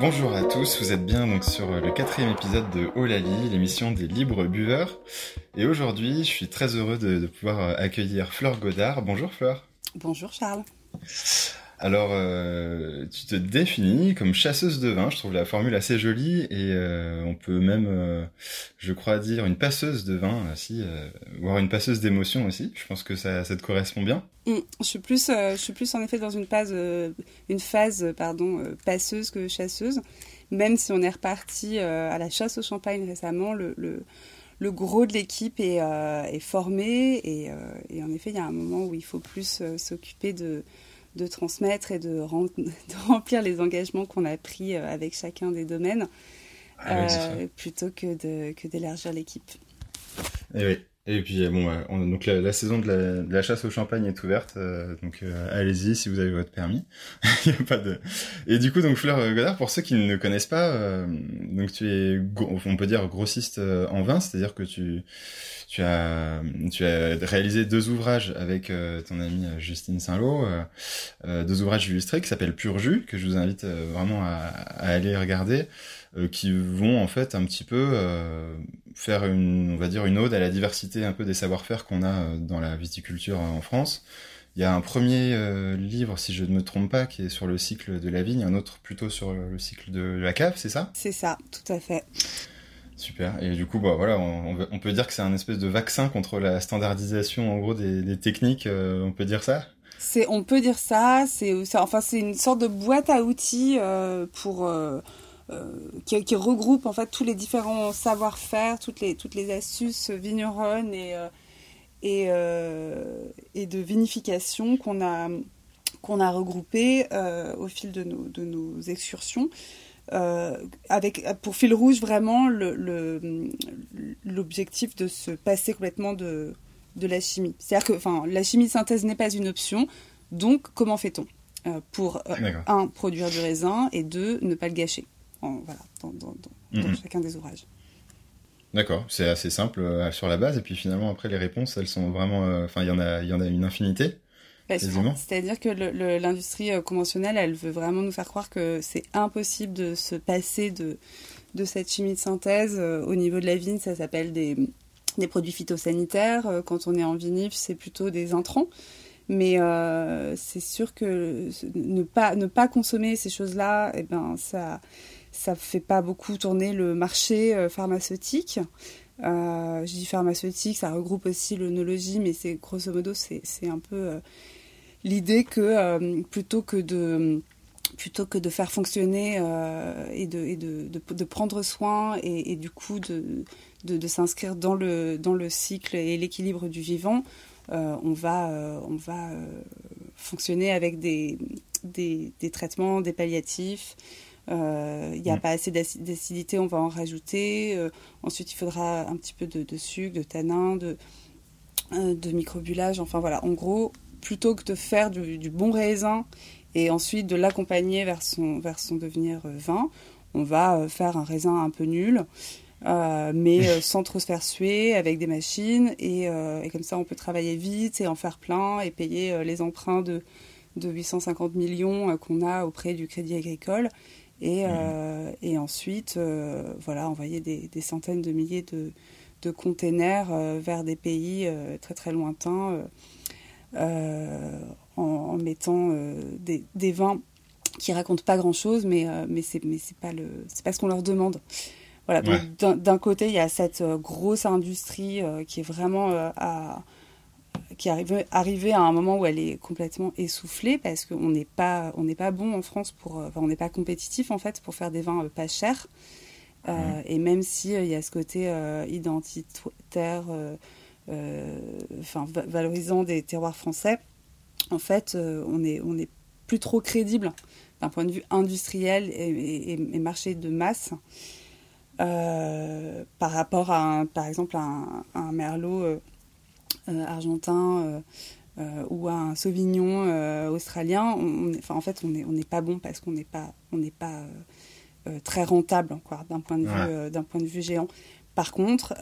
Bonjour à tous, vous êtes bien donc sur le 4e épisode de Oh Lali, l'émission des libres buveurs. Et aujourd'hui, je suis très heureux de pouvoir accueillir Fleur Godard. Bonjour Fleur. Bonjour Charles. Alors, tu te définis comme chasseuse de vin, je trouve la formule assez jolie, et on peut même, je crois dire, une passeuse de vin, voire une passeuse d'émotions aussi. Je pense que ça te correspond bien. Je suis plus en effet dans une phase passeuse que chasseuse, même si on est reparti à la chasse au champagne récemment, le gros de l'équipe est formé, et en effet il y a un moment où il faut plus s'occuper de transmettre et de remplir les engagements qu'on a pris avec chacun des domaines, plutôt que d'élargir l'équipe. Et oui. Et puis donc la saison de la chasse au champagne est ouverte, donc allez-y si vous avez votre permis. Il y a pas de. Et du coup donc Fleur Godard, pour ceux qui ne connaissent pas, donc tu es on peut dire grossiste en vin, c'est-à-dire que tu as réalisé 2 ouvrages avec ton amie Justine Saint-Lô, 2 ouvrages illustrés qui s'appellent Pur Jus, que je vous invite vraiment à aller regarder, qui vont en fait un petit peu faire on va dire une ode à la diversité un peu des savoir-faire qu'on a dans la viticulture en France. Il y a un premier livre, si je ne me trompe pas, qui est sur le cycle de la vigne, un autre plutôt sur le cycle de la cave, c'est ça ? C'est ça, tout à fait. Super. Et du coup, voilà, on peut dire que c'est un espèce de vaccin contre la standardisation, en gros, des techniques. On peut dire ça ? On peut dire ça. C'est une sorte de boîte à outils qui regroupe en fait tous les différents savoir-faire, toutes les astuces vigneronnes et de vinification qu'on a regroupées au fil de nos excursions. Avec pour fil rouge vraiment l'objectif de se passer complètement de la chimie. C'est-à-dire que la chimie de synthèse n'est pas une option, donc comment fait-on pour un, produire du raisin, et 2, ne pas le gâcher dans chacun des ouvrages. D'accord, c'est assez simple sur la base, et puis finalement après les réponses elles sont vraiment, il y en a une infinité. C'est-à-dire que l'industrie conventionnelle, elle veut vraiment nous faire croire que c'est impossible de se passer de cette chimie de synthèse. Au niveau de la vigne, ça s'appelle des produits phytosanitaires. Quand on est en vinif, c'est plutôt des intrants. Mais c'est sûr que ne pas consommer ces choses-là, ça fait pas beaucoup tourner le marché pharmaceutique. Je dis pharmaceutique, ça regroupe aussi l'œnologie, mais c'est grosso modo c'est un peu l'idée que plutôt que de faire fonctionner et de prendre soin et du coup de s'inscrire dans le cycle et l'équilibre du vivant, on va fonctionner avec des traitements, des palliatifs. Il n'y a pas assez d'acidité, on va en rajouter. Ensuite, il faudra un petit peu de sucre, de tanin, de microbulage. Enfin voilà, en gros, plutôt que de faire du bon raisin et ensuite de l'accompagner vers son devenir vin, on va faire un raisin un peu nul, mais sans trop se faire suer, avec des machines, et comme ça on peut travailler vite et en faire plein et payer les emprunts de 850 millions qu'on a auprès du Crédit Agricole, et ensuite envoyer des centaines de milliers de containers vers des pays très très lointains, en mettant des vins qui racontent pas grand chose, mais c'est pas ce qu'on leur demande. Voilà, donc d'un côté il y a cette grosse industrie qui est vraiment qui est arrivée à un moment où elle est complètement essoufflée, parce qu'on n'est pas bon en France on n'est pas compétitif en fait pour faire des vins pas chers. Et même si il y a ce côté identitaire, valorisant des terroirs français, en fait on est plus trop crédible d'un point de vue industriel et marché de masse, par rapport par exemple à un merlot argentin, ou à un sauvignon australien. On n'est pas bon parce qu'on n'est pas très rentable encore d'un point de vue géant. Par contre,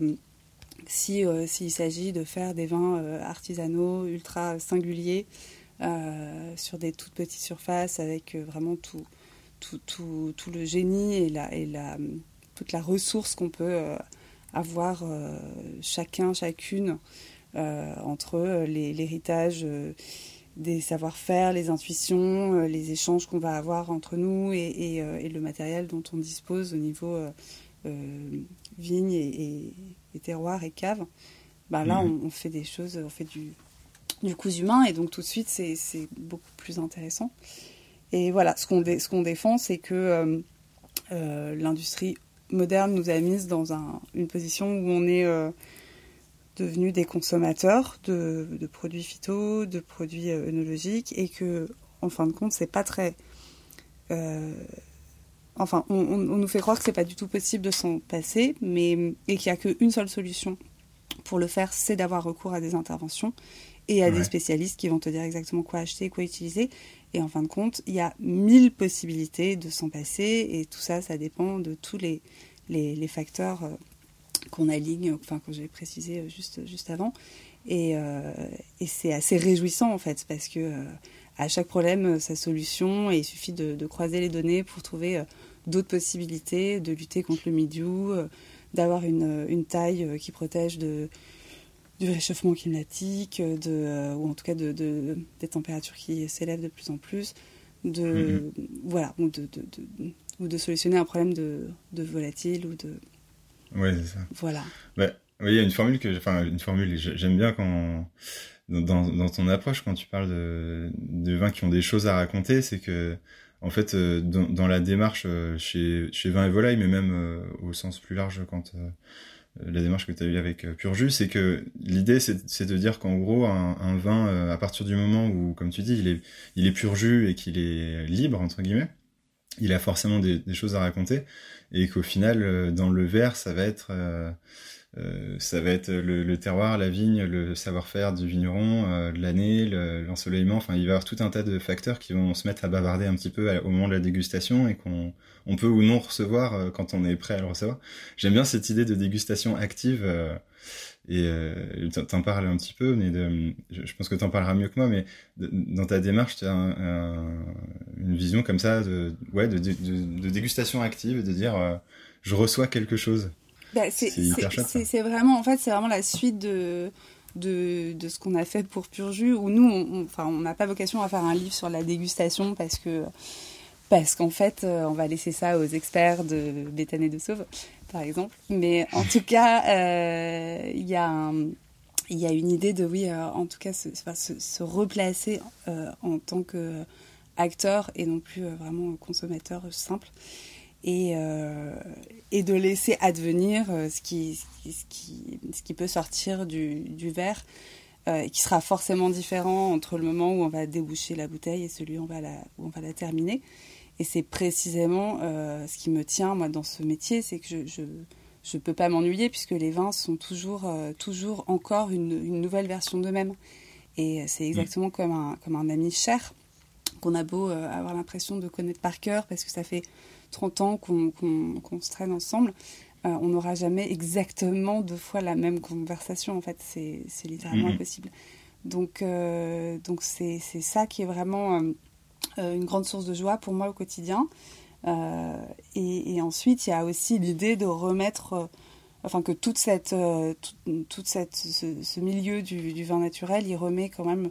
s'il s'agit de faire des vins artisanaux ultra singuliers, sur des toutes petites surfaces, avec vraiment tout le génie et toute la ressource qu'on peut avoir chacune entre l'héritage des savoir-faire, les intuitions, les échanges qu'on va avoir entre nous et le matériel dont on dispose au niveau vigne et terroir et cave. Là, on fait des choses, on fait du cousu humain, et donc tout de suite, c'est beaucoup plus intéressant. Et voilà, ce qu'on défend, c'est que l'industrie moderne nous a mis dans une position où on est devenus des consommateurs de produits phyto, de produits œnologiques, et que, en fin de compte, c'est pas très... on nous fait croire que c'est pas du tout possible de s'en passer, et qu'il y a qu'une seule solution pour le faire, c'est d'avoir recours à des interventions et à des spécialistes qui vont te dire exactement quoi acheter, quoi utiliser. Et en fin de compte, il y a 1000 possibilités de s'en passer, et tout ça, ça dépend de tous les facteurs qu'on aligne, que j'ai précisé juste avant. Et c'est assez réjouissant, en fait, parce que à chaque problème, sa solution, et il suffit de croiser les données pour trouver d'autres possibilités, de lutter contre le mildiou, d'avoir une taille qui protège du réchauffement climatique, ou en tout cas des températures qui s'élèvent de plus en plus, voilà, ou de solutionner un problème de volatile ou de... Ouais, c'est ça. Voilà. Oui, il y a une formule j'aime bien dans ton approche quand tu parles de vins qui ont des choses à raconter, c'est que en fait dans la démarche chez Vin et Volaille, mais même au sens plus large quand la démarche que tu as eue avec Pur Jus, c'est que l'idée c'est de dire qu'en gros un vin à partir du moment où, comme tu dis, il est pur jus et qu'il est libre entre guillemets, il a forcément des choses à raconter, et qu'au final dans le verre ça va être le terroir, la vigne, le savoir-faire du vigneron, l'année, l'ensoleillement. Enfin, il va y avoir tout un tas de facteurs qui vont se mettre à bavarder un petit peu au moment de la dégustation, et qu'on peut ou non recevoir quand on est prêt à le recevoir. J'aime bien cette idée de dégustation active, et t'en parles un petit peu, mais je pense que t'en parleras mieux que moi, mais dans ta démarche, tu as une vision comme ça de dégustation active, de dire je reçois quelque chose. C'est vraiment, en fait, c'est vraiment la suite de ce qu'on a fait pour Pur Jus, où nous, on n'a pas vocation à faire un livre sur la dégustation, parce qu'en fait, on va laisser ça aux experts de Béthane et de Sauve, par exemple. Mais en tout cas, il y a une idée de, en tout cas, se replacer en tant qu'acteur et non plus vraiment consommateur simple. Et de laisser advenir ce qui peut sortir du verre, qui sera forcément différent entre le moment où on va déboucher la bouteille et celui où on va la terminer. Et c'est précisément ce qui me tient, moi, dans ce métier, c'est que je peux pas m'ennuyer, puisque les vins sont toujours encore une nouvelle version d'eux-mêmes. Et c'est exactement comme un ami cher, qu'on a beau avoir l'impression de connaître par cœur, parce que ça fait 30 ans qu'on se traîne ensemble, on n'aura jamais exactement 2 fois la même conversation, en fait, c'est littéralement impossible. Donc c'est ça qui est vraiment une grande source de joie pour moi au quotidien. Et ensuite, il y a aussi l'idée de remettre, que ce milieu du vin naturel, il remet quand même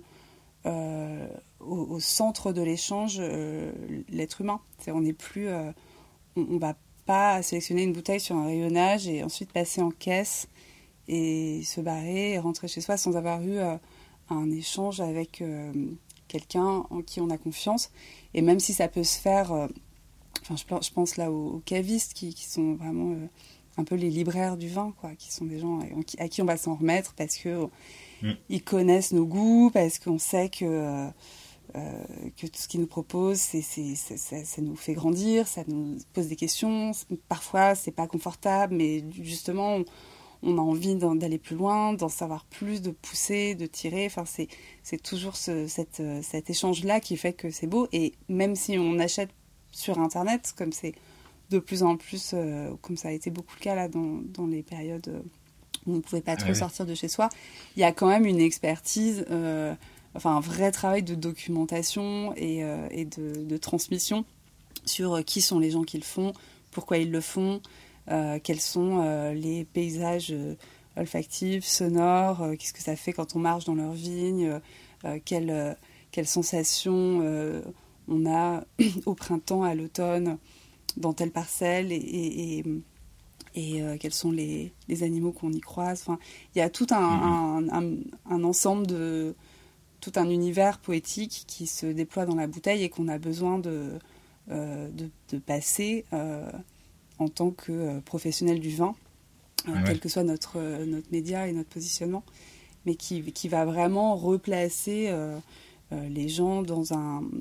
au centre de l'échange l'être humain. On n'est plus... on va pas sélectionner une bouteille sur un rayonnage et ensuite passer en caisse et se barrer et rentrer chez soi sans avoir eu un échange avec quelqu'un en qui on a confiance. Et même si ça peut se faire... je pense là aux cavistes qui sont vraiment un peu les libraires du vin, quoi, qui sont des gens à qui on va s'en remettre parce que ils connaissent nos goûts, parce qu'on sait que tout ce qu'ils nous proposent, ça nous fait grandir, ça nous pose des questions. Parfois, c'est pas confortable, mais justement, on a envie d'aller plus loin, d'en savoir plus, de pousser, de tirer. Enfin, c'est toujours cet échange-là qui fait que c'est beau. Et même si on achète sur Internet, comme c'est de plus en plus, comme ça a été beaucoup le cas là dans les périodes où on ne pouvait pas trop sortir de chez soi, il y a quand même une expertise, un vrai travail de documentation et de transmission sur qui sont les gens qui le font, pourquoi ils le font, quels sont les paysages olfactifs, sonores, qu'est-ce que ça fait quand on marche dans leurs vignes, quelles sensations on a au printemps, à l'automne, dans telle parcelle, et quels sont les animaux qu'on y croise. Enfin, il y a tout un ensemble tout un univers poétique qui se déploie dans la bouteille et qu'on a besoin de passer en tant que professionnel du vin, quel que soit notre média et notre positionnement, mais qui va vraiment replacer les gens dans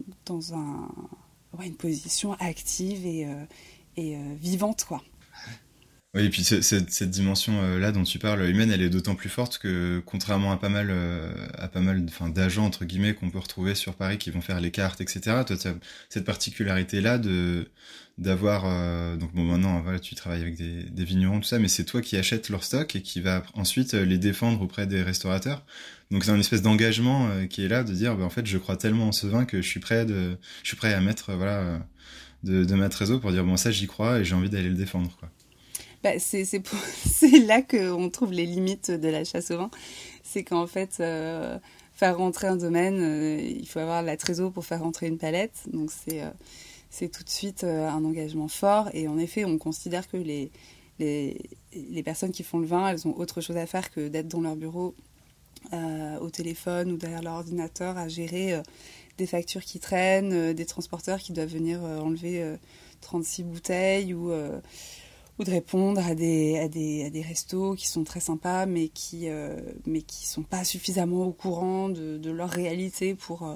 une position active et vivante, quoi. Oui, et puis cette dimension-là dont tu parles, humaine, elle est d'autant plus forte que, contrairement à pas mal d'agents, entre guillemets, qu'on peut retrouver sur Paris qui vont faire les cartes, etc., toi, tu as cette particularité-là d'avoir... donc bon, maintenant, voilà, tu travailles avec des vignerons, tout ça, mais c'est toi qui achètes leur stock et qui va ensuite les défendre auprès des restaurateurs. Donc c'est une espèce d'engagement qui est là, de dire, en fait, je crois tellement en ce vin que je suis prêt à mettre, de ma trésor pour dire, bon, ça, j'y crois et j'ai envie d'aller le défendre, quoi. Bah, c'est là qu'on trouve les limites de la chasse au vin. C'est qu'en fait, faire rentrer un domaine, il faut avoir la trésor pour faire rentrer une palette. Donc c'est tout de suite un engagement fort. Et en effet, on considère que les personnes qui font le vin, elles ont autre chose à faire que d'être dans leur bureau, au téléphone ou derrière leur ordinateur, à gérer des factures qui traînent, des transporteurs qui doivent venir enlever 36 bouteilles ou de répondre à des restos qui sont très sympas, mais qui sont pas suffisamment au courant de leur réalité pour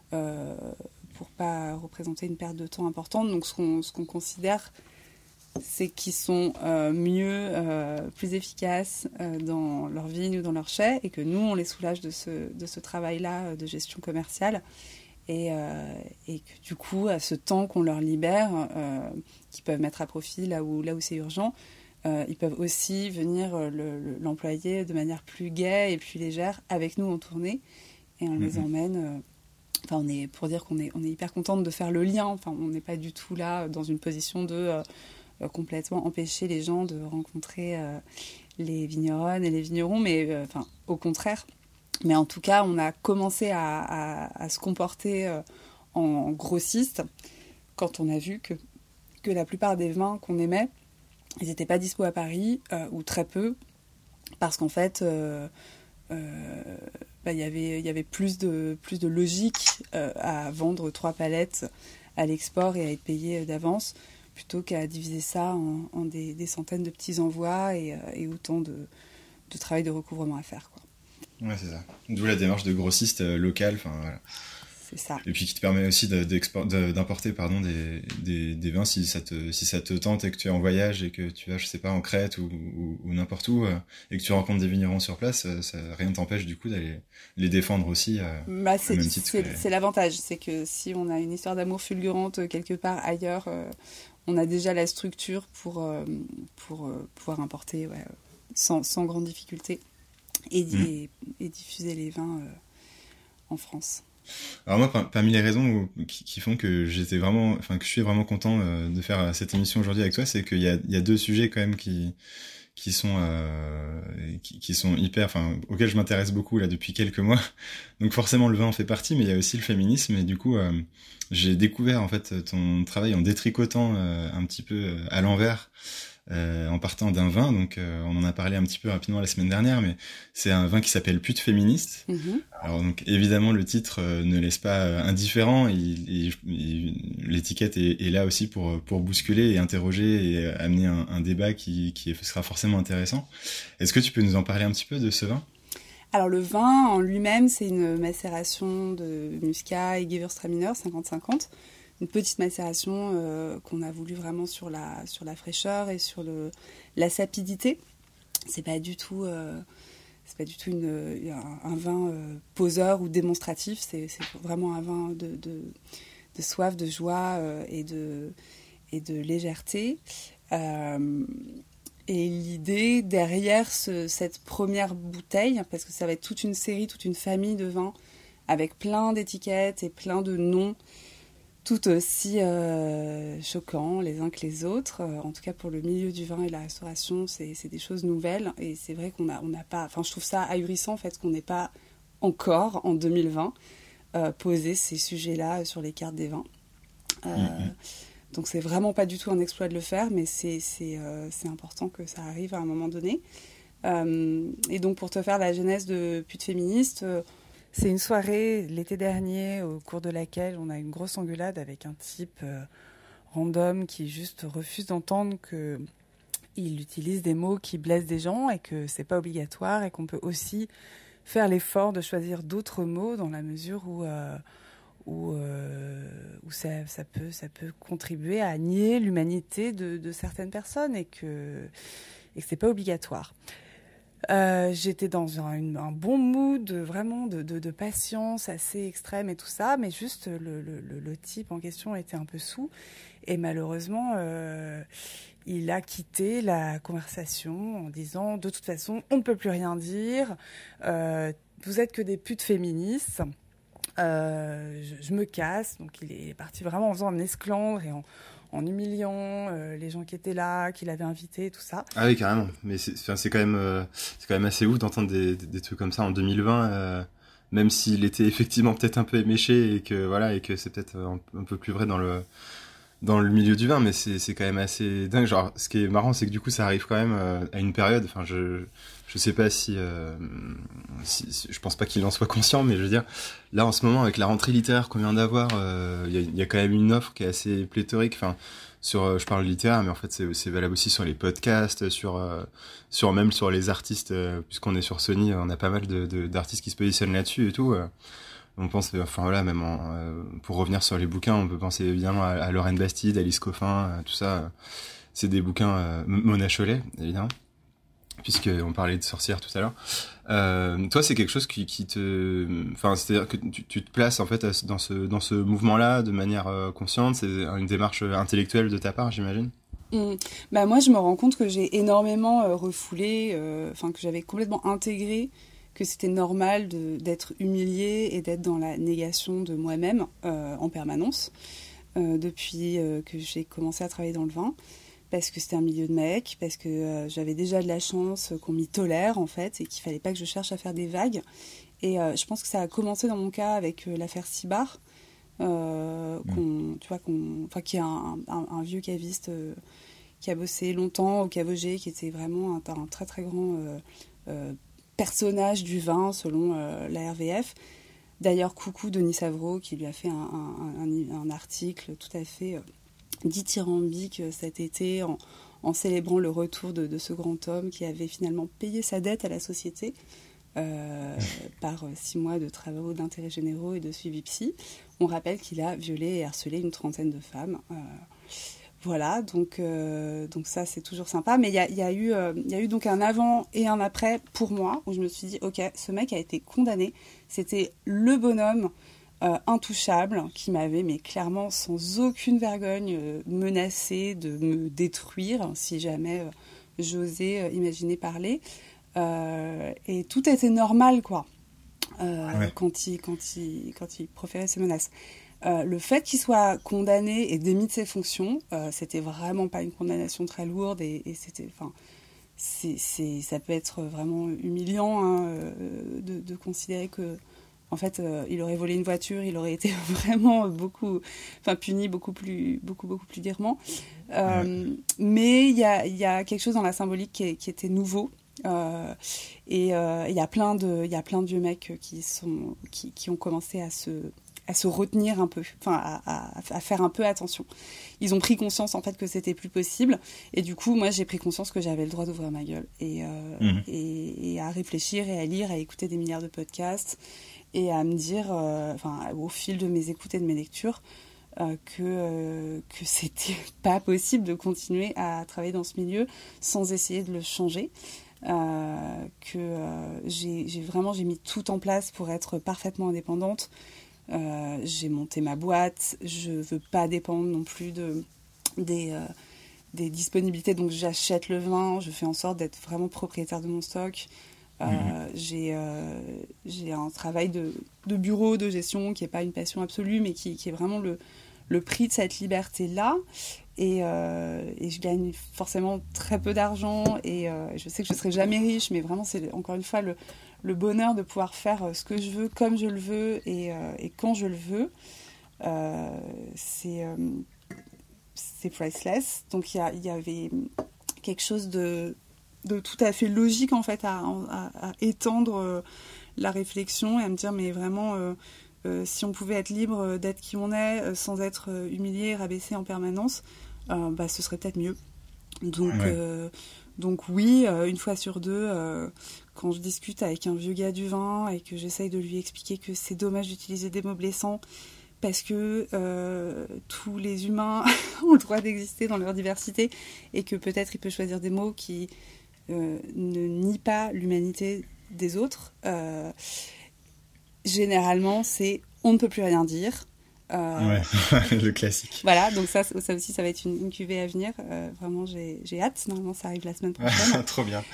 pas représenter une perte de temps importante. Donc ce qu'on considère, c'est qu'ils sont plus efficaces dans leur vigne ou dans leur chai, et que nous, on les soulage de ce travail-là de gestion commerciale. Et que du coup, à ce temps qu'on leur libère, qu'ils peuvent mettre à profit là où c'est urgent, ils peuvent aussi venir l'employer de manière plus gaie et plus légère avec nous en tournée. Et on les emmène... pour dire qu'on est hyper contente de faire le lien. Enfin, on n'est pas du tout là dans une position de complètement empêcher les gens de rencontrer les vigneronnes et les vignerons, mais au contraire. Mais en tout cas, on a commencé à se comporter en grossiste quand on a vu que la plupart des vins qu'on aimait, ils n'étaient pas dispo à Paris, ou très peu, parce qu'en fait, il y avait plus de logique à vendre 3 palettes à l'export et à être payé d'avance, plutôt qu'à diviser ça en des centaines de petits envois et autant de travail de recouvrement à faire, quoi. Ouais, c'est ça. D'où la démarche de grossiste local, enfin voilà. C'est ça. Et puis qui te permet aussi d'importer des vins si ça te tente et que tu es en voyage et que tu vas, je sais pas, en Crète ou n'importe où, et que tu rencontres des vignerons sur place, rien ne t'empêche du coup d'aller les défendre aussi. C'est l'avantage, c'est que si on a une histoire d'amour fulgurante quelque part ailleurs, on a déjà la structure pour pouvoir importer sans grande difficulté et diffuser les vins en France. Alors moi, parmi les raisons qui font que que je suis vraiment content de faire cette émission aujourd'hui avec toi, c'est qu'il y a 2 sujets quand même qui sont hyper, auxquels je m'intéresse beaucoup là depuis quelques mois. Donc forcément le vin en fait partie, mais il y a aussi le féminisme, et du coup j'ai découvert en fait ton travail en détricotant un petit peu à l'envers. En partant d'un vin, donc on en a parlé un petit peu rapidement la semaine dernière, mais c'est un vin qui s'appelle Pute féministe. Alors donc évidemment le titre ne laisse pas indifférent, l'étiquette est là aussi pour bousculer et interroger et amener un débat qui sera forcément intéressant. Est-ce que tu peux nous en parler un petit peu de ce vin ? Alors le vin en lui-même, c'est une macération de Muscat et Gewürztraminer 50-50. Une petite macération qu'on a voulu vraiment sur la fraîcheur et sur la sapidité. C'est pas du tout un vin poseur ou démonstratif. C'est vraiment un vin de soif, de joie et de légèreté. Et l'idée derrière cette première bouteille, parce que ça va être toute une série, toute une famille de vins avec plein d'étiquettes et plein de noms tout aussi choquants les uns que les autres. En tout cas, pour le milieu du vin et de la restauration, c'est des choses nouvelles. Et c'est vrai qu'on n'a pas... Enfin, je trouve ça ahurissant, en fait, qu'on n'ait pas encore, en 2020, posé ces sujets-là sur les cartes des vins. Donc, c'est vraiment pas du tout un exploit de le faire, mais c'est important que ça arrive à un moment donné. Et donc, pour te faire la genèse de Pute Féministe... c'est une soirée l'été dernier au cours de laquelle on a une grosse engueulade avec un type random qui juste refuse d'entendre qu'il utilise des mots qui blessent des gens et que c'est pas obligatoire et qu'on peut aussi faire l'effort de choisir d'autres mots dans la mesure où ça peut contribuer à nier l'humanité de certaines personnes et que c'est pas obligatoire. J'étais dans un bon mood, vraiment de patience assez extrême et tout ça, mais juste le type en question était un peu saoul et malheureusement il a quitté la conversation en disant de toute façon on ne peut plus rien dire, vous êtes que des putes féministes, je me casse. Donc il est parti vraiment en faisant un esclandre et en humiliant les gens qui étaient là, qu'il avait invités, tout ça. Ah oui, carrément. Mais c'est quand même assez ouf d'entendre des trucs comme ça en 2020, même s'il était effectivement peut-être un peu éméché et que c'est peut-être un peu plus vrai dans le milieu du vin, mais c'est quand même assez dingue. Genre, ce qui est marrant, c'est que du coup, ça arrive quand même à une période. Enfin, je sais pas si je pense pas qu'il en soit conscient, mais je veux dire, là en ce moment avec la rentrée littéraire qu'on vient d'avoir, il y a quand même une offre qui est assez pléthorique. Enfin, je parle littéraire, mais en fait c'est valable aussi sur les podcasts, même sur les artistes, puisqu'on est sur Sony, on a pas mal d'artistes qui se positionnent là-dessus et tout. On pense, enfin voilà, même pour revenir sur les bouquins, on peut penser évidemment à Lorraine Bastide, Alice Coffin, tout ça. C'est des bouquins, Mona Chollet, évidemment, puisqu'on parlait de sorcières tout à l'heure. Toi, c'est quelque chose qui te... Enfin, c'est-à-dire que tu te places en fait dans ce mouvement-là de manière consciente, c'est une démarche intellectuelle de ta part, j'imagine. Bah moi, je me rends compte que j'ai énormément refoulé, que j'avais complètement intégré que c'était normal d'être humiliée et d'être dans la négation de moi-même en permanence depuis que j'ai commencé à travailler dans le vin, parce que c'était un milieu de mecs, parce que j'avais déjà de la chance qu'on m'y tolère en fait et qu'il fallait pas que je cherche à faire des vagues. Et je pense que ça a commencé dans mon cas avec l'affaire Cibar, qui est un vieux caviste qui a bossé longtemps au Caveau-G, qui était vraiment un très très grand personnage du vin selon la RVF. D'ailleurs, coucou Denis Savreau qui lui a fait un article tout à fait dithyrambique cet été en célébrant le retour de ce grand homme qui avait finalement payé sa dette à la société par 6 mois de travaux d'intérêt généraux et de suivi psy. On rappelle qu'il a violé et harcelé une 30aine de femmes. Voilà, donc ça c'est toujours sympa, mais il y a eu donc un avant et un après pour moi, où je me suis dit, ok, ce mec a été condamné, c'était le bonhomme intouchable qui m'avait, mais clairement sans aucune vergogne, menacé de me détruire si jamais j'osais imaginer parler, et tout était normal quoi, quand il proférait ses menaces. Le fait qu'il soit condamné et démis de ses fonctions, c'était vraiment pas une condamnation très lourde et c'était, ça peut être vraiment humiliant de considérer que, en fait, il aurait volé une voiture, il aurait été vraiment puni beaucoup plus durement. Mais il y a quelque chose dans la symbolique qui était nouveau. Et il y a plein de vieux mecs qui ont commencé à se retenir un peu, à faire un peu attention. Ils ont pris conscience en fait que c'était plus possible, et du coup moi j'ai pris conscience que j'avais le droit d'ouvrir ma gueule et à réfléchir et à lire, à écouter des milliards de podcasts et à me dire, au fil de mes écoutes et de mes lectures, que c'était pas possible de continuer à travailler dans ce milieu sans essayer de le changer. J'ai mis tout en place pour être parfaitement indépendante. J'ai monté ma boîte, je veux pas dépendre non plus des disponibilités, donc j'achète le vin, je fais en sorte d'être vraiment propriétaire de mon stock. J'ai un travail de bureau, de gestion qui est pas une passion absolue, mais qui est vraiment le prix de cette liberté-là. Et je gagne forcément très peu d'argent et je sais que je ne serai jamais riche, mais vraiment c'est encore une fois le bonheur de pouvoir faire ce que je veux, comme je le veux et quand je le veux. C'est priceless. Donc il y avait quelque chose de tout à fait logique en fait à étendre la réflexion et à me dire mais vraiment si on pouvait être libre d'être qui on est sans être humilié, rabaissé en permanence, ce serait peut-être mieux. Donc oui, une fois sur deux, quand je discute avec un vieux gars du vin et que j'essaye de lui expliquer que c'est dommage d'utiliser des mots blessants parce que tous les humains ont le droit d'exister dans leur diversité et que peut-être il peut choisir des mots qui ne nient pas l'humanité des autres, généralement c'est on ne peut plus rien dire. Le classique. Voilà, donc ça aussi, ça va être une cuvée à venir. Vraiment, j'ai hâte. Normalement, ça arrive la semaine prochaine. Trop bien.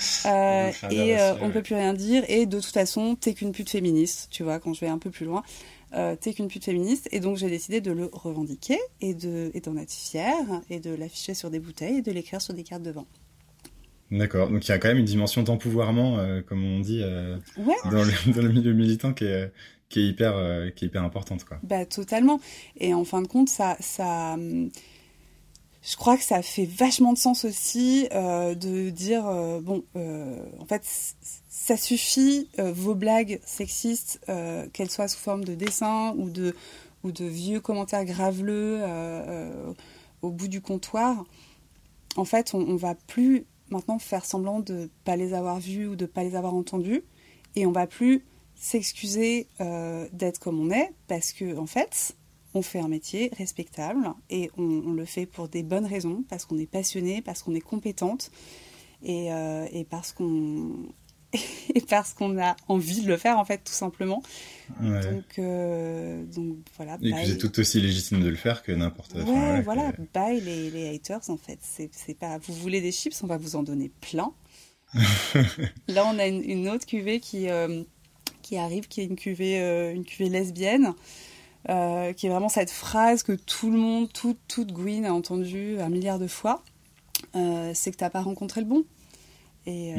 On ne peut plus rien dire. Et de toute façon, t'es qu'une pute féministe, tu vois, quand je vais un peu plus loin. T'es qu'une pute féministe. Et donc, j'ai décidé de le revendiquer et d'en être fière et de l'afficher sur des bouteilles et de l'écrire sur des cartes de vin. D'accord, donc il y a quand même une dimension d'empouvoirment, comme on dit, dans le milieu militant qui est hyper importante, quoi. Totalement. Et en fin de compte, ça je crois que ça fait vachement de sens aussi de dire en fait ça suffit vos blagues sexistes qu'elles soient sous forme de dessins ou de vieux commentaires graveleux au bout du comptoir. En fait, on va plus maintenant faire semblant de pas les avoir vus ou de pas les avoir entendus et on va plus s'excuser d'être comme on est parce que en fait on fait un métier respectable et on le fait pour des bonnes raisons, parce qu'on est passionné, parce qu'on est compétente et parce qu'on a envie de le faire en fait tout simplement. Donc voilà. Et puis c'est tout aussi légitime de le faire que n'importe quoi. Ouais, voilà. Bye les haters en fait. C'est pas. Vous voulez des chips, on va vous en donner plein. Là on a une autre cuvée qui arrive, qui est une cuvée lesbienne, qui est vraiment cette phrase que tout le monde, toute Gwyn a entendue 1 milliard de fois, c'est que t'as pas rencontré le bon. Et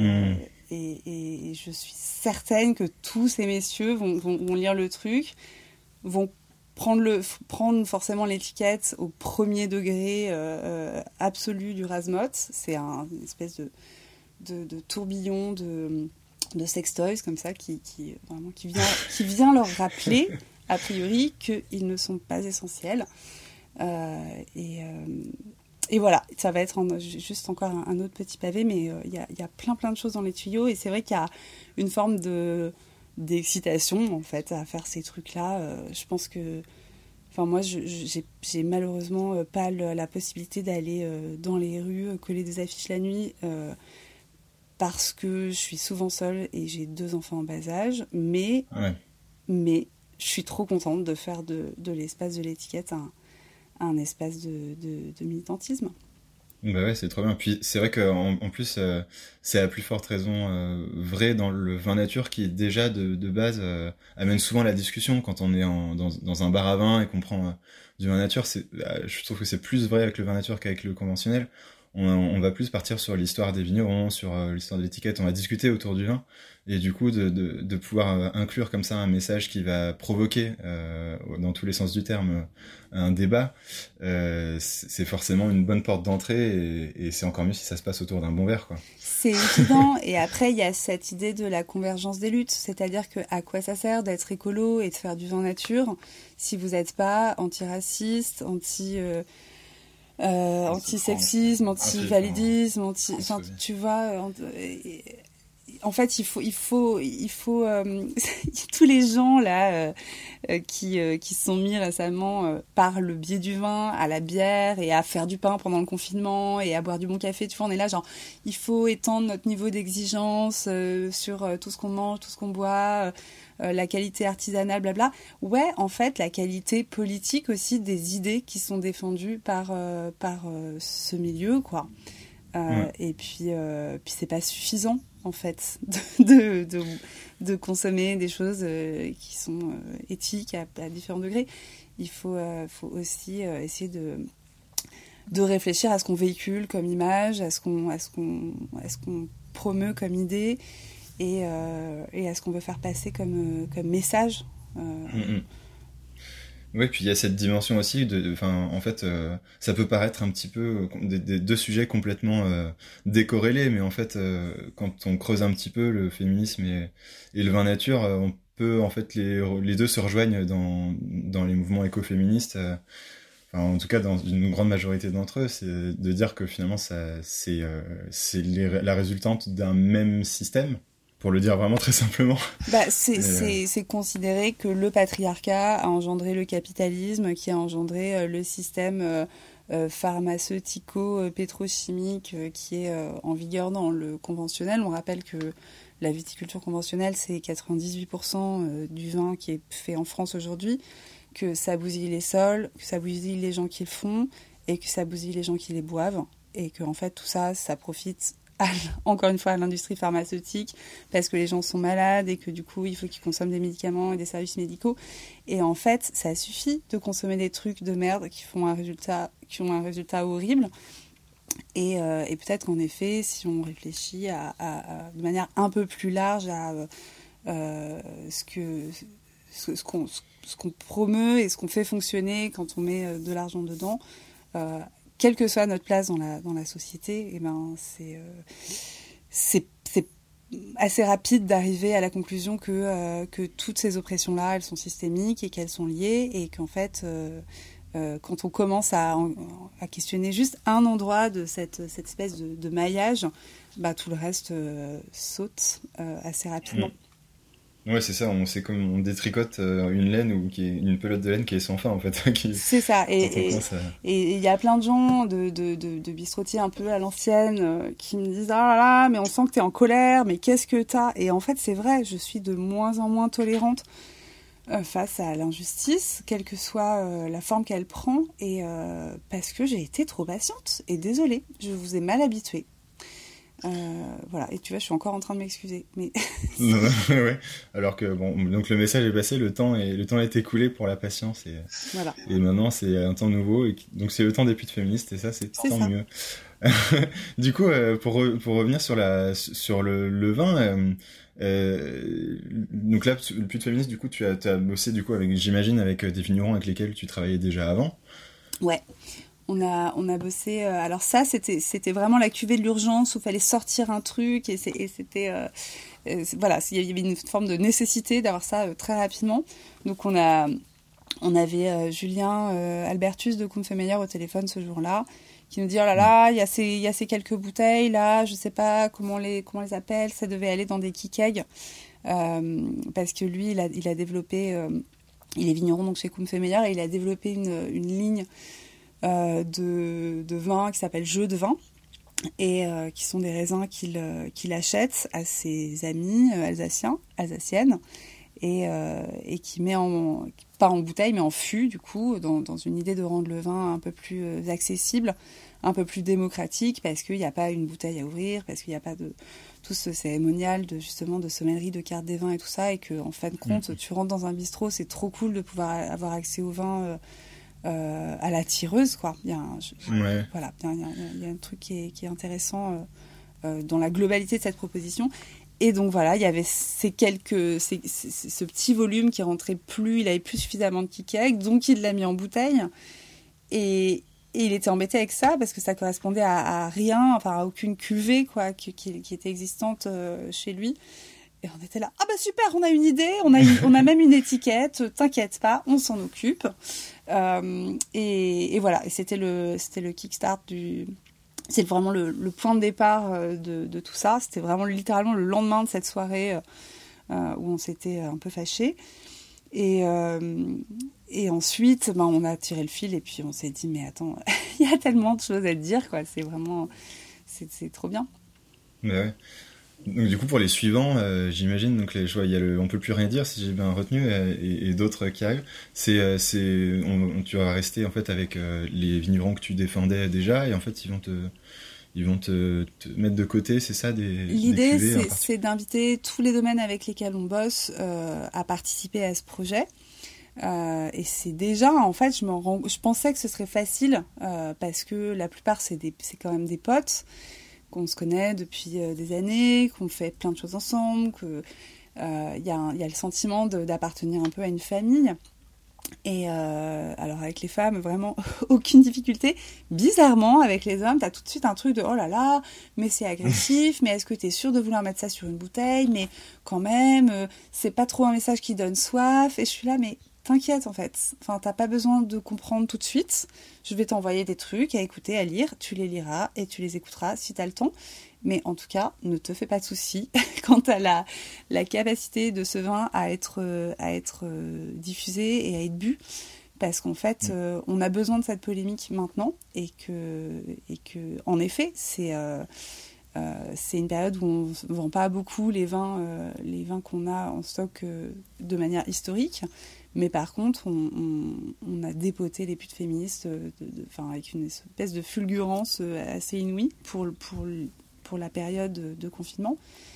je suis certaine que tous ces messieurs vont lire le truc, vont prendre forcément l'étiquette au premier degré absolu du Razmot. C'est une espèce de tourbillon de sextoys comme ça qui vient leur rappeler a priori qu'ils ne sont pas essentiels et voilà, ça va être juste encore un autre petit pavé, mais il y a plein de choses dans les tuyaux et c'est vrai qu'il y a une forme d'excitation en fait à faire ces trucs là. Je pense que moi j'ai malheureusement pas la possibilité d'aller dans les rues coller des affiches la nuit parce que je suis souvent seule et j'ai 2 enfants en bas âge, mais je suis trop contente de faire de l'espace de l'étiquette un espace de militantisme. Bah ouais, c'est trop bien. Puis c'est vrai qu'en plus, c'est à plus forte raison vrai dans le vin nature qui déjà de base amène souvent la discussion quand on est dans un bar à vin et qu'on prend du vin nature. Je trouve que c'est plus vrai avec le vin nature qu'avec le conventionnel. On va plus partir sur l'histoire des vignerons, sur l'histoire de l'étiquette, on va discuter autour du vin, et du coup de pouvoir inclure comme ça un message qui va provoquer, dans tous les sens du terme, un débat, c'est forcément une bonne porte d'entrée, et c'est encore mieux si ça se passe autour d'un bon verre, quoi. C'est évident, et après il y a cette idée de la convergence des luttes, c'est-à-dire que à quoi ça sert d'être écolo et de faire du vin nature si vous n'êtes pas antiraciste, anti-sexisme, anti-validisme, tu vois, en fait, il faut tous les gens là qui se sont mis récemment par le biais du vin à la bière et à faire du pain pendant le confinement et à boire du bon café, tu vois, on est là genre il faut étendre notre niveau d'exigence sur tout ce qu'on mange, tout ce qu'on boit, la qualité artisanale, blabla. Ouais, en fait, la qualité politique aussi des idées qui sont défendues par ce milieu, quoi. Et puis c'est pas suffisant. en fait, de consommer des choses qui sont éthiques à différents degrés. Il faut aussi essayer de réfléchir à ce qu'on véhicule comme image, à ce qu'on promeut comme idée et à ce qu'on veut faire passer comme message. Oui, puis il y a cette dimension aussi en fait, ça peut paraître un petit peu des deux sujets complètement décorrélés, mais en fait, quand on creuse un petit peu le féminisme et le vin nature, on peut, en fait, les deux se rejoignent dans les mouvements écoféministes. En tout cas, dans une grande majorité d'entre eux, c'est de dire que finalement, c'est la résultante d'un même système. Pour le dire vraiment très simplement. C'est considérer que le patriarcat a engendré le capitalisme, qui a engendré le système pharmaceutico-pétrochimique qui est en vigueur dans le conventionnel. On rappelle que la viticulture conventionnelle, c'est 98% du vin qui est fait en France aujourd'hui, que ça bousille les sols, que ça bousille les gens qui le font, et que ça bousille les gens qui les boivent, et que en fait tout ça, ça profite encore une fois à l'industrie pharmaceutique parce que les gens sont malades et que du coup il faut qu'ils consomment des médicaments et des services médicaux, et en fait ça suffit de consommer des trucs de merde qui ont un résultat horrible, et peut-être qu'en effet si on réfléchit de manière un peu plus large à ce qu'on promeut et ce qu'on fait fonctionner quand on met de l'argent dedans, quelle que soit notre place dans la société, et ben c'est assez rapide d'arriver à la conclusion que toutes ces oppressions-là, elles sont systémiques et qu'elles sont liées, et qu'en fait, quand on commence à questionner juste un endroit de cette espèce de maillage, bah, tout le reste saute assez rapidement. Ouais, c'est ça, c'est comme on détricote une laine ou une pelote de laine qui est sans fin, en fait. C'est ça, et il y a plein de gens de bistrotiers un peu à l'ancienne qui me disent « Ah là là, mais on sent que t'es en colère, mais qu'est-ce que t'as ?» Et en fait, c'est vrai, je suis de moins en moins tolérante face à l'injustice, quelle que soit la forme qu'elle prend, et parce que j'ai été trop patiente, et désolée, je vous ai mal habituée. Voilà, et tu vois, je suis encore en train de m'excuser, mais ouais. Alors que bon, donc le message est passé, le temps est écoulé pour la patience, et voilà. Et maintenant c'est un temps nouveau, donc c'est le temps des putes féministes, et ça c'est tant mieux. Du coup, pour revenir sur le vin, donc là le pute féministe, du coup tu as bossé du coup j'imagine avec des vignerons avec lesquels tu travaillais déjà avant. Ouais. On a bossé. Alors ça, c'était vraiment la cuvée de l'urgence où il fallait sortir un truc, et c'était voilà, il y avait une forme de nécessité d'avoir ça très rapidement. Donc on avait Julien Albertus de Kumfemeyer au téléphone ce jour-là, qui nous dit « Oh là là, il y a ces quelques bouteilles là, je sais pas comment les appelle, ça devait aller dans des kikegs. » Parce que lui, il a développé, il est vigneron donc chez Kumfemeyer, et il a développé une ligne de vin qui s'appelle Jeu de vin, et qui sont des raisins qu'il achète à ses amis alsaciennes, et qui met pas en bouteille mais en fût, du coup, dans une idée de rendre le vin un peu plus accessible, un peu plus démocratique, parce qu'il n'y a pas une bouteille à ouvrir, parce qu'il n'y a pas de tout ce cérémonial de sommellerie, de carte des vins et tout ça, et que en fin de compte, tu rentres dans un bistrot, c'est trop cool de pouvoir avoir accès au vin à la tireuse, quoi. Il y a un truc qui est intéressant dans la globalité de cette proposition. Et donc voilà, il y avait ce petit volume qui rentrait plus, il avait plus suffisamment de kikek, donc il l'a mis en bouteille, et il était embêté avec ça parce que ça correspondait à rien, enfin à aucune cuvée, quoi, qui était existante chez lui. Et on était là, ah bah super, on a une idée, on a même une étiquette, t'inquiète pas, on s'en occupe. Et voilà, et c'était le kickstart c'est vraiment le point de départ de tout ça. C'était vraiment littéralement le lendemain de cette soirée où on s'était un peu fâchés. Et ensuite, on a tiré le fil, et puis on s'est dit, mais attends, il y a tellement de choses à te dire, quoi. C'est vraiment, c'est trop bien. Mais ouais. Donc du coup pour les suivants, j'imagine, donc je vois, il y a on peut plus rien dire si j'ai bien retenu, et d'autres qui arrivent. Tu vas rester en fait avec les vignerons que tu défendais déjà, et en fait ils ils vont te mettre de côté, c'est ça, des L'idée, cuvées c'est d'inviter tous les domaines avec lesquels on bosse à participer à ce projet. Et c'est déjà, en fait, je pensais que ce serait facile parce que la plupart, c'est quand même des potes qu'on se connaît depuis des années, qu'on fait plein de choses ensemble, que y a le sentiment d'appartenir un peu à une famille. Et alors avec les femmes, vraiment aucune difficulté. Bizarrement, avec les hommes, t'as tout de suite un truc de oh là là, mais c'est agressif, mais est-ce que t'es sûr de vouloir mettre ça sur une bouteille? Mais quand même, c'est pas trop un message qui donne soif. Et je suis là, mais t'inquiète en fait. Enfin, t'as pas besoin de comprendre tout de suite. Je vais t'envoyer des trucs à écouter, à lire. Tu les liras et tu les écouteras si t'as le temps. Mais en tout cas, ne te fais pas de soucis quant à la capacité de ce vin à être diffusé et à être bu. Parce qu'en fait, on a besoin de cette polémique maintenant. Et que en effet, c'est une période où on ne vend pas beaucoup les vins qu'on a en stock de manière historique. Mais par contre, on a dépoté les putes féministes avec une espèce de fulgurance assez inouïe pour la période de confinement.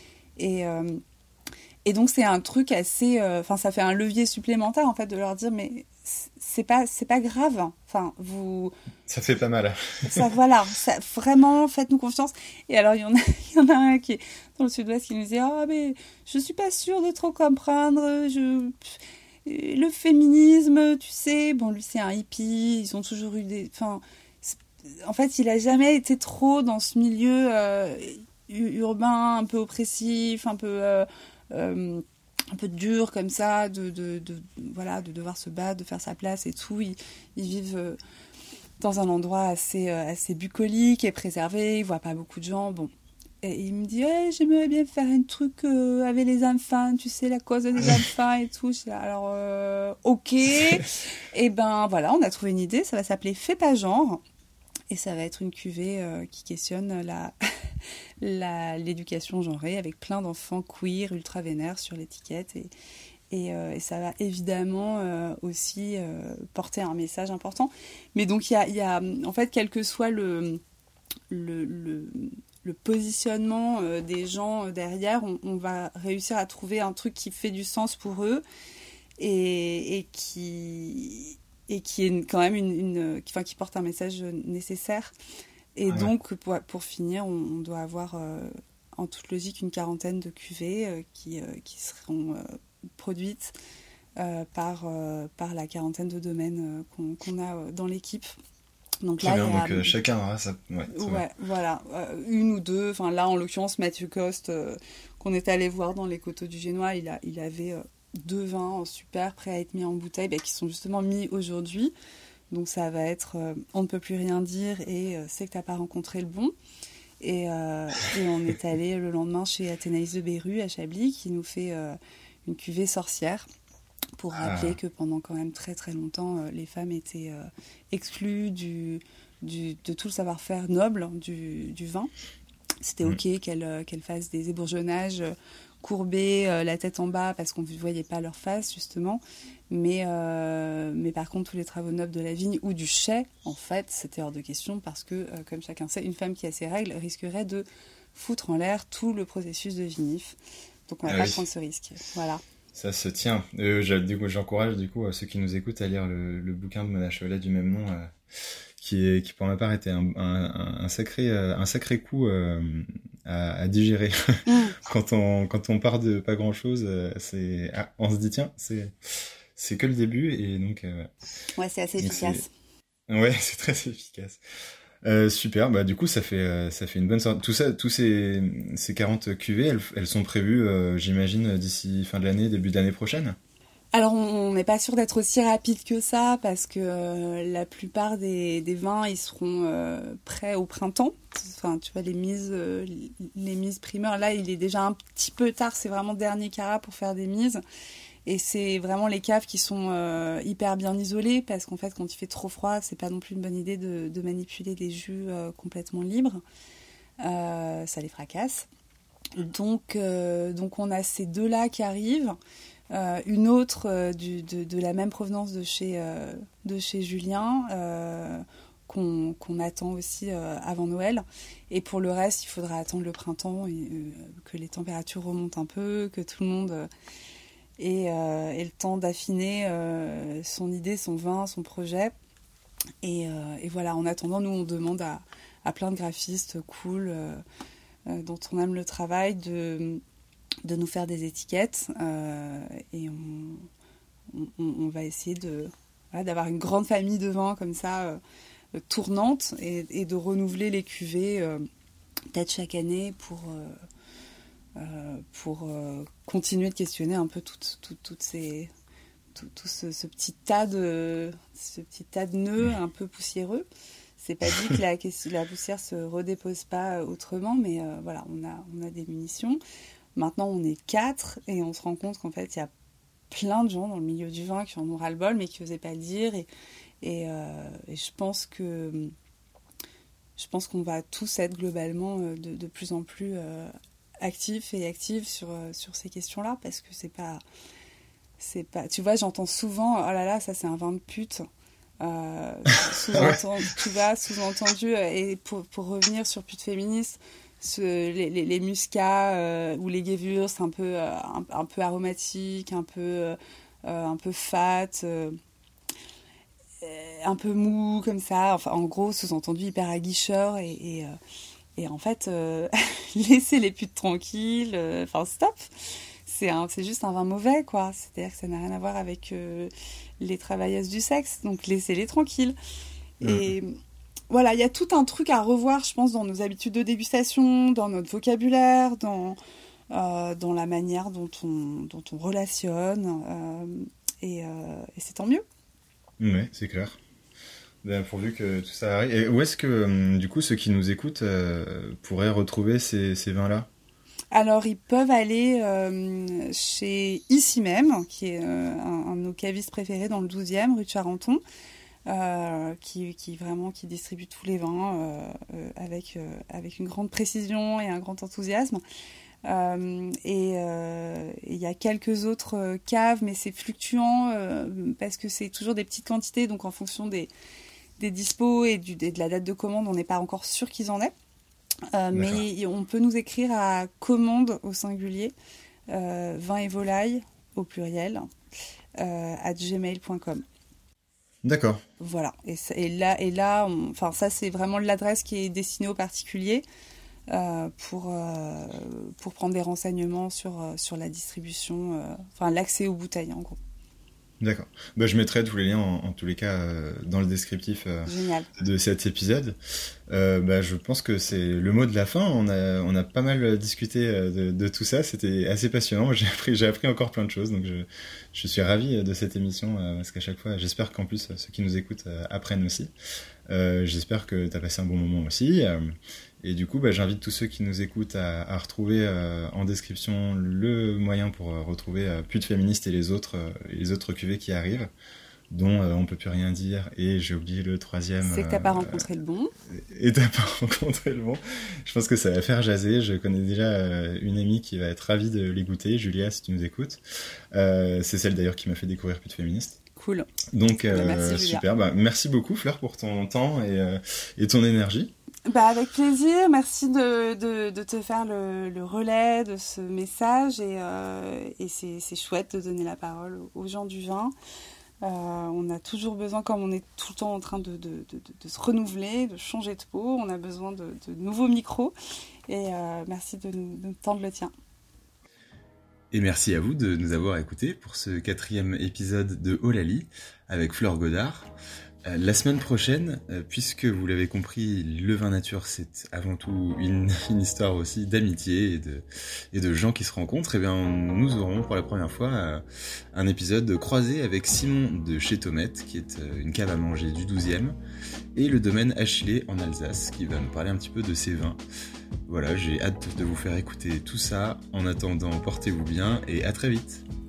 Et donc, c'est un truc assez... ça fait un levier supplémentaire, en fait, de leur dire, mais c'est pas grave. Enfin, ça fait pas mal. Voilà, vraiment, faites-nous confiance. Et alors, il y en a un qui est dans le sud-ouest qui nous disait, ah, mais je suis pas sûre de trop comprendre, le féminisme, tu sais, bon, lui, c'est un hippie, ils ont toujours eu des... En fait, il a jamais été trop dans ce milieu urbain, un peu oppressif, un peu dur comme ça, de devoir se battre, de faire sa place et tout. Ils vivent dans un endroit assez bucolique et préservé, ils voient pas beaucoup de gens. Bon. Et il me dit, j'aimerais bien faire un truc avec les enfants, tu sais, la cause des enfants et tout. Alors, ok. Et ben voilà, on a trouvé une idée, ça va s'appeler Fais pas genre. Et ça va être une cuvée qui questionne l'éducation genrée avec plein d'enfants queer, ultra vénères sur l'étiquette. Et ça va évidemment aussi porter un message important. Mais donc, il y a en fait, quel que soit le positionnement des gens derrière, on va réussir à trouver un truc qui fait du sens pour eux et qui est quand même qui porte un message nécessaire. Et donc, pour finir, on doit avoir en toute logique une quarantaine de cuvées qui seront produites par la quarantaine de domaines qu'on a dans l'équipe. Donc très là, bien, donc chacun aura sa... Ouais, voilà. Une ou deux. Enfin, là, en l'occurrence, Mathieu Coste, qu'on est allé voir dans les coteaux du Génois, il avait... 2 vins super prêts à être mis en bouteille qui sont justement mis aujourd'hui. Donc ça va être on ne peut plus rien dire et c'est que t'as pas rencontré le bon. Et on est allé le lendemain chez Athénaïs de Beru à Chablis qui nous fait une cuvée sorcière pour rappeler que pendant quand même très très longtemps les femmes étaient exclues de tout le savoir-faire noble du vin. C'était ok qu'elles fassent des ébourgeonnages courbés, la tête en bas parce qu'on ne voyait pas leur face justement, mais par contre tous les travaux nobles de la vigne ou du chai, en fait c'était hors de question parce que comme chacun sait, une femme qui a ses règles risquerait de foutre en l'air tout le processus de vinif, donc on va pas prendre ce risque. Voilà. Ça se tient. Du coup, j'encourage ceux qui nous écoutent à lire le bouquin de Mona Cholet du même nom, qui pour ma part était un sacré coup à digérer. Quand on part de pas grand chose, on se dit tiens, c'est que le début et donc ouais, c'est assez efficace. C'est très efficace. Super, bah du coup ça fait une bonne sorte. Tous ces 40 cuvées, elles sont prévues, j'imagine, d'ici fin de l'année, début d'année prochaine. Alors on n'est pas sûr d'être aussi rapide que ça parce que la plupart des vins ils seront prêts au printemps. Enfin tu vois les mises primeurs, là il est déjà un petit peu tard, c'est vraiment dernier carat pour faire des mises. Et c'est vraiment les caves qui sont hyper bien isolées parce qu'en fait quand il fait trop froid c'est pas non plus une bonne idée de manipuler des jus complètement libres, ça les fracasse. Donc on a ces deux là qui arrivent, une autre de la même provenance de chez Julien qu'on attend aussi avant Noël. Et pour le reste, il faudra attendre le printemps et que les températures remontent un peu, que tout le monde ait le temps d'affiner son idée, son vin, son projet. Et voilà, en attendant, nous, on demande à plein de graphistes cool, dont on aime le travail, de nous faire des étiquettes. Et on va essayer d'avoir une grande famille de vins comme ça, tournante, et de renouveler les cuvées peut-être chaque année pour continuer de questionner un peu tout ce petit tas de nœuds un peu poussiéreux. C'est pas dit que la poussière se redépose pas autrement, mais voilà, on a des munitions. Maintenant, on est 4 et on se rend compte qu'en fait, il y a plein de gens dans le milieu du vin qui en ont ras-le-bol, mais qui n'osaient pas le dire. Et je pense qu'on va tous être globalement de plus en plus actifs et actives sur ces questions-là, parce que c'est pas... Tu vois, j'entends souvent, oh là là, ça c'est un vin de pute. Sous-entendu, et pour revenir sur pute féministe, les muscats ou les gewürz un peu aromatiques, un peu fat, un peu mou comme ça, enfin en gros sous-entendu hyper aguicheur, et en fait laissez les putes tranquilles, enfin stop. C'est juste un vin mauvais, quoi. C'est-à-dire que ça n'a rien à voir avec les travailleuses du sexe, donc laissez-les tranquilles. Et voilà, il y a tout un truc à revoir, je pense, dans nos habitudes de dégustation, dans notre vocabulaire, dans la manière dont on relationne, et c'est tant mieux. Oui, c'est clair. Pourvu que tout ça arrive. Et où est-ce que, du coup, ceux qui nous écoutent pourraient retrouver ces vins-là ? Alors, ils peuvent aller chez Ici Même, qui est un de nos cavistes préférés dans le 12e, rue de Charenton, qui distribue tous les vins avec une grande précision et un grand enthousiasme. Et il y a quelques autres caves, mais c'est fluctuant parce que c'est toujours des petites quantités, donc en fonction des dispos et de la date de commande, on n'est pas encore sûr qu'ils en aient. Mais on peut nous écrire à commande au singulier, vin et volaille au pluriel, @gmail.com. D'accord. Voilà. Et là, ça c'est vraiment l'adresse qui est destinée aux particuliers pour prendre des renseignements sur la distribution, l'accès aux bouteilles en gros. D'accord. Je mettrai tous les liens en tous les cas dans le descriptif de cet épisode. Je pense que c'est le mot de la fin. On a pas mal discuté de tout ça. C'était assez passionnant. J'ai appris encore plein de choses. Donc je suis ravi de cette émission parce qu'à chaque fois, j'espère qu'en plus ceux qui nous écoutent apprennent aussi. J'espère que tu as passé un bon moment aussi. Et du coup, j'invite tous ceux qui nous écoutent à retrouver en description le moyen pour retrouver Pute Féministe et les autres cuvées qui arrivent, dont on peut plus rien dire. Et j'ai oublié le troisième. C'est que t'as pas rencontré le bon. Et t'as pas rencontré le bon. Je pense que ça va faire jaser. Je connais déjà une amie qui va être ravie de les goûter. Julia, si tu nous écoutes. C'est celle d'ailleurs qui m'a fait découvrir Pute Féministe. Cool. Donc, merci, super. Merci beaucoup, Fleur, pour ton temps et ton énergie. Avec plaisir, merci de te faire le relais de ce message, et c'est chouette de donner la parole aux gens du vin. On a toujours besoin, comme on est tout le temps en train de se renouveler, de changer de peau, on a besoin de nouveaux micros, et merci de nous tendre le tien. Et merci à vous de nous avoir écoutés pour ce 4e épisode de Eulalie avec Fleur Godard. La semaine prochaine, puisque vous l'avez compris, le vin nature, c'est avant tout une histoire aussi d'amitié et de gens qui se rencontrent, et bien nous aurons pour la première fois un épisode croisé avec Simon de chez Tomette, qui est une cave à manger du 12e, et le domaine Achillée en Alsace, qui va nous parler un petit peu de ses vins. Voilà, j'ai hâte de vous faire écouter tout ça. En attendant, portez-vous bien et à très vite.